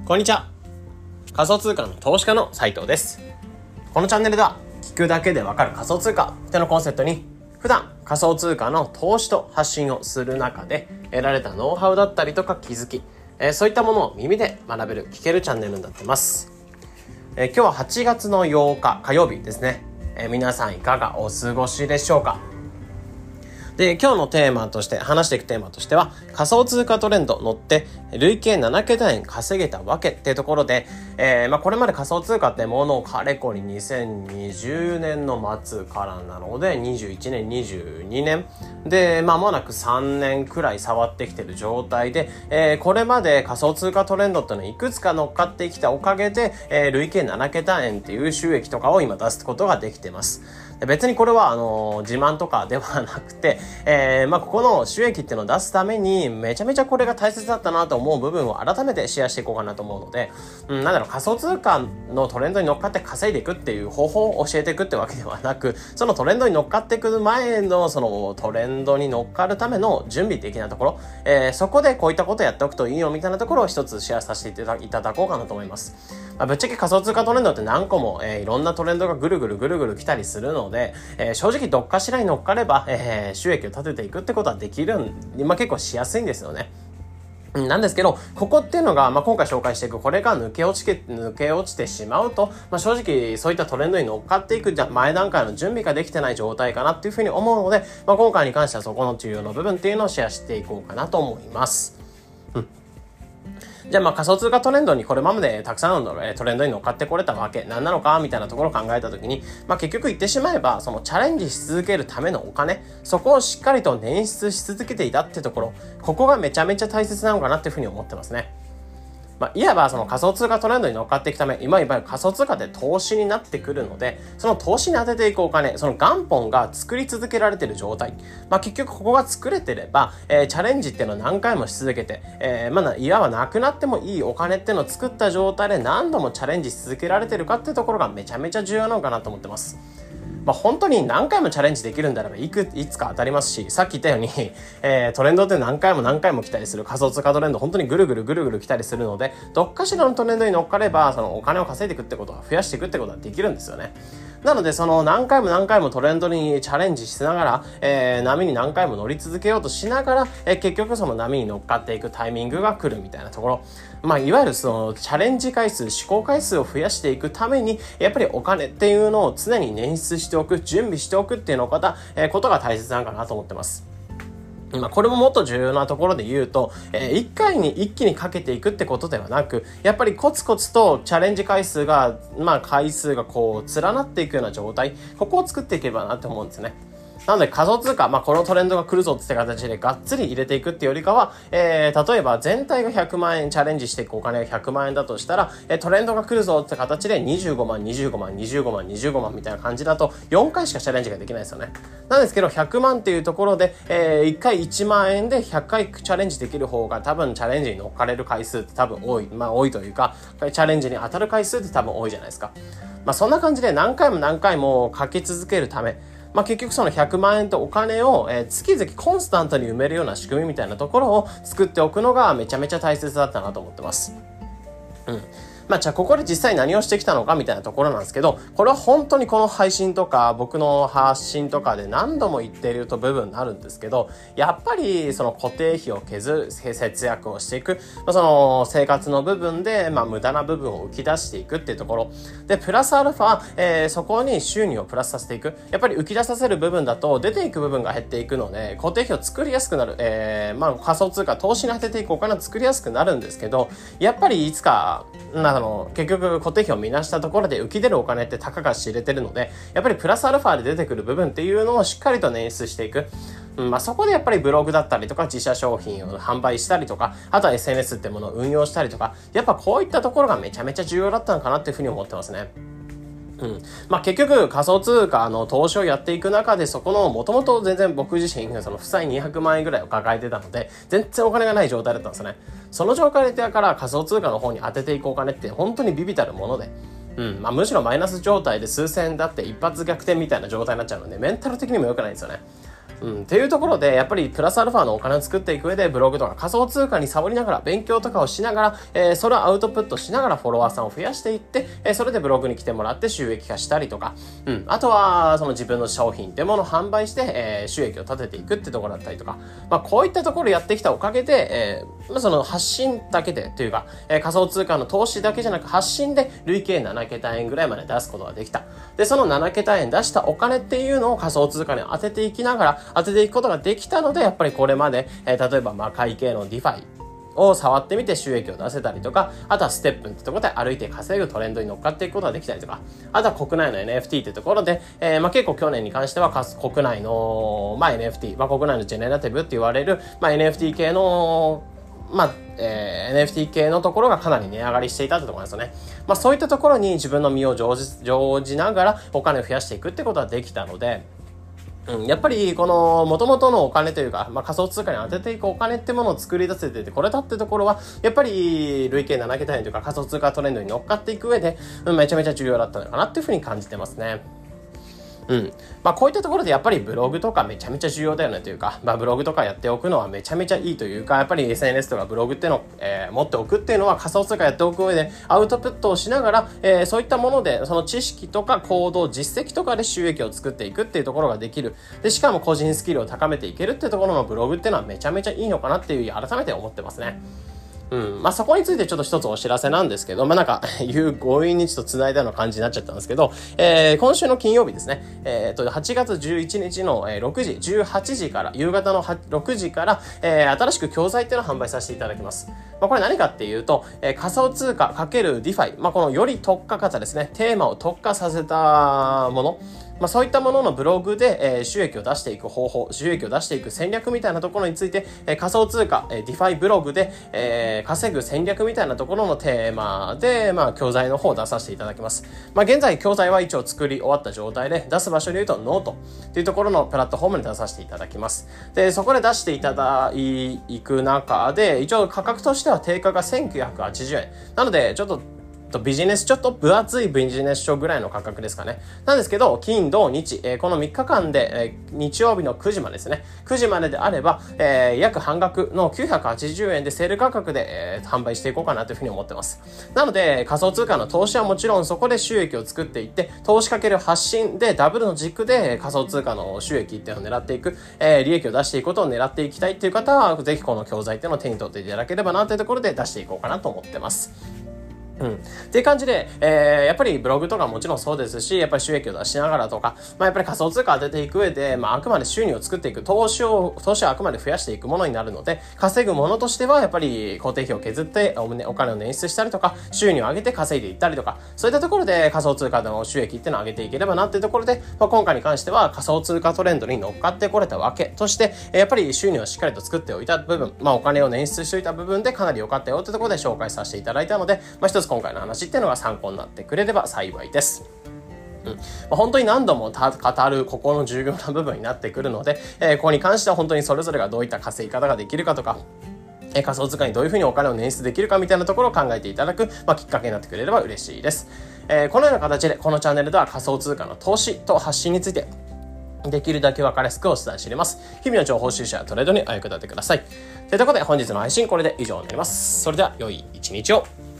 こんにちは。仮想通貨の投資家の斉藤です。このチャンネルでは聞くだけでわかる仮想通貨ってのコンセプトに、普段仮想通貨の投資と発信をする中で得られたノウハウだったりとか気づき、そういったものを耳で学べる聞けるチャンネルになってます。今日は8月の8日火曜日ですね。皆さんいかがお過ごしでしょうか。で、今日のテーマとして話していくテーマとしては、仮想通貨トレンド乗って累計7桁円稼げたわけっていうところで、これまで仮想通貨ってものをかれこり2020年の末からなので21年22年で間もなく3年くらい触ってきてる状態で、これまで仮想通貨トレンドっていうのいくつか乗っかってきたおかげで、累計7桁円っていう収益とかを今出すことができてます。別にこれは自慢とかではなくて、ここの収益っていうのを出すためにめちゃめちゃこれが大切だったなと思う部分を改めてシェアしていこうかなと思うので、仮想通貨のトレンドに乗っかって稼いでいくっていう方法を教えていくってわけではなく、そのトレンドに乗っかっていく前のそのトレンドに乗っかるための準備的なところ、そこでこういったことやっておくといいよみたいなところを一つシェアさせていただこうかなと思います。ぶっちゃけ仮想通貨トレンドって何個も、いろんなトレンドがぐるぐる来たりするので、正直どっかしらに乗っかれば、収益を立てていくってことはできる結構しやすいんですよね。なんですけど、ここっていうのが、今回紹介していく、これが抜け落ちてしまうと、正直そういったトレンドに乗っかっていく前段階の準備ができてない状態かなっていうふうに思うので、今回に関してはそこの重要な部分っていうのをシェアしていこうかなと思います。じゃあ仮想通貨トレンドにこれまでたくさんのトレンドに乗っかってこれたわけ何なのかみたいなところを考えたときに、結局言ってしまえばそのチャレンジし続けるためのお金、そこをしっかりと捻出し続けていたってところ、ここがめちゃめちゃ大切なのかなっていうふうに思ってますね。いわばその仮想通貨トレンドに乗っかっていくため、今いわゆる仮想通貨って投資になってくるので、その投資に当てていくお金、その元本が作り続けられている状態、結局ここが作れてれば、チャレンジっていうのを何回もし続けて、いわばなくなってもいいお金っていうのを作った状態で何度もチャレンジし続けられてるかっていうところがめちゃめちゃ重要なのかなと思ってます。本当に何回もチャレンジできるんであればいつか当たりますし、さっき言ったように、トレンドって何回も来たりする仮想通貨トレンド、本当にぐるぐる来たりするので、どっかしらのトレンドに乗っかればそのお金を稼いでいくってことは増やしていくってことはできるんですよね。なのでその何回もトレンドにチャレンジしながら、波に何回も乗り続けようとしながら、結局その波に乗っかっていくタイミングが来るみたいなところ、いわゆるそのチャレンジ回数、試行回数を増やしていくためにやっぱりお金っていうのを常に捻出しておく、準備しておくっていうことが大切なのかなと思ってます。これももっと重要なところで言うと、一気にかけていくってことではなく、やっぱりコツコツとチャレンジ回数がこう連なっていくような状態、ここを作っていけばなって思うんですね。なので仮想通貨、このトレンドが来るぞって形でがっつり入れていくっていうよりかは、例えば全体が100万円チャレンジしていくお金が100万円だとしたら、トレンドが来るぞって形で25万みたいな感じだと4回しかチャレンジができないですよね。なんですけど100万っていうところで、1回1万円で100回チャレンジできる方が多分チャレンジに乗っかれる回数って多分多い。多いというか、チャレンジに当たる回数って多分多いじゃないですか。そんな感じで何回もかけ続けるため、結局その100万円とお金を月々コンスタントに埋めるような仕組みみたいなところを作っておくのがめちゃめちゃ大切だったなと思ってます。じゃあここで実際何をしてきたのかみたいなところなんですけど、これは本当にこの配信とか僕の発信とかで何度も言っている部分になるんですけど、やっぱりその固定費を節約をしていく、その生活の部分で無駄な部分を浮き出していくっていうところで、プラスアルファ、そこに収入をプラスさせていく。やっぱり浮き出させる部分だと出ていく部分が減っていくので、固定費を作りやすくなる、仮想通貨投資に当てていくお金を作りやすくなるんですけど、やっぱりいつか結局固定費を見なしたところで浮き出るお金ってたかが知れてるので、やっぱりプラスアルファで出てくる部分っていうのをしっかりと捻出していく。そこでやっぱりブログだったりとか自社商品を販売したりとか、あとは SNS ってものを運用したりとか、やっぱこういったところがめちゃめちゃ重要だったのかなっていうふうに思ってますね。結局仮想通貨の投資をやっていく中で、そこのもともと全然僕自身その負債200万円ぐらいを抱えてたので、全然お金がない状態だったんですね。その状態だから仮想通貨の方に当てていくお金って本当に微々たるもので、むしろマイナス状態で数千円だって一発逆転みたいな状態になっちゃうので、メンタル的にも良くないんですよね。 っていうところで、やっぱりプラスアルファのお金を作っていく上で、ブログとか仮想通貨に触りながら、勉強とかをしながら、それをアウトプットしながらフォロワーさんを増やしていって、それでブログに来てもらって収益化したりとか、あとは、その自分の商品ってものを販売して、収益を立てていくってところだったりとか、こういったところをやってきたおかげで、その発信だけでというか、仮想通貨の投資だけじゃなく発信で累計7桁円ぐらいまで出すことができた。で、その7桁円出したお金っていうのを仮想通貨に当てていきながら、当てていくことができたので、やっぱりこれまで、例えば会計のディファイを触ってみて収益を出せたりとか、あとはステップってところで歩いて稼ぐトレンドに乗っかっていくことができたりとか、あとは国内の NFT ってところで、結構去年に関しては国内の、NFT、国内のジェネラティブって言われる、NFT 系のNFT 系のところがかなり値上がりしていたってところなんですよね。そういったところに自分の身を乗じながらお金を増やしていくってことができたので、やっぱりこの元々のお金というか、仮想通貨に当てていくお金ってものを作り出せててこれだってところは、やっぱり累計7桁円というか仮想通貨トレンドに乗っかっていく上で、めちゃめちゃ重要だったのかなっていうふうに感じてますね。こういったところでやっぱりブログとかめちゃめちゃ重要だよねというか、ブログとかやっておくのはめちゃめちゃいいというか、やっぱり SNS とかブログっていうのを、持っておくっていうのは仮想通貨やっておく上でアウトプットをしながら、そういったものでその知識とか行動、実績とかで収益を作っていくっていうところができる。で、しかも個人スキルを高めていけるっていうところのブログっていうのはめちゃめちゃいいのかなっていう改めて思ってますね。そこについてちょっと一つお知らせなんですけど、強引にちょっと繋いだような感じになっちゃったんですけど、今週の金曜日ですね、8月11日の18時から、夕方の6時から、新しく教材っていうのを販売させていただきます。これ何かっていうと、仮想通貨×ディファイ、このより特化型ですね、テーマを特化させたもの、そういったもののブログで、収益を出していく方法、収益を出していく戦略みたいなところについて、仮想通貨、ディファイブログで、稼ぐ戦略みたいなところのテーマで、教材の方を出させていただきます。現在教材は一応作り終わった状態で、出す場所で言うとノートっていうところのプラットフォームに出させていただきます。で、そこで出していただく中で、一応価格としては定価が1980円。なので、ちょっと分厚いビジネス書ぐらいの価格ですかね。なんですけど、金、土、日、この3日間で、日曜日の9時までですね。9時までであれば、約半額の980円でセール価格で、販売していこうかなというふうに思ってます。なので、仮想通貨の投資はもちろんそこで収益を作っていって、投資かける発信でダブルの軸で仮想通貨の収益っていうのを狙っていく、利益を出していくことを狙っていきたいっていう方は、ぜひこの教材っていうのを手に取っていただければなというところで出していこうかなと思ってます。っていう感じで、やっぱりブログとかもちろんそうですし、やっぱり収益を出しながらとか、やっぱり仮想通貨を当てていく上で、あくまで収入を作っていく、投資をあくまで増やしていくものになるので、稼ぐものとしては、やっぱり固定費を削ってお金を捻出したりとか、収入を上げて稼いでいったりとか、そういったところで仮想通貨の収益っていうのを上げていければなっていうところで、今回に関しては仮想通貨トレンドに乗っかってこれたわけとして、やっぱり収入をしっかりと作っておいた部分、お金を捻出しておいた部分でかなり良かったよってところで紹介させていただいたので、一つ今回の話っていうのが参考になってくれれば幸いです。本当に何度も語るここの重要な部分になってくるので、ここに関しては本当にそれぞれがどういった稼ぎ方ができるかとか、仮想通貨にどういうふうにお金を捻出できるかみたいなところを考えていただく、きっかけになってくれれば嬉しいです。このような形でこのチャンネルでは仮想通貨の投資と発信についてできるだけ分かりやすくお伝えしています。日々の情報収集やトレードにお役立てください。ということで本日の配信これで以上になります。それでは良い一日を。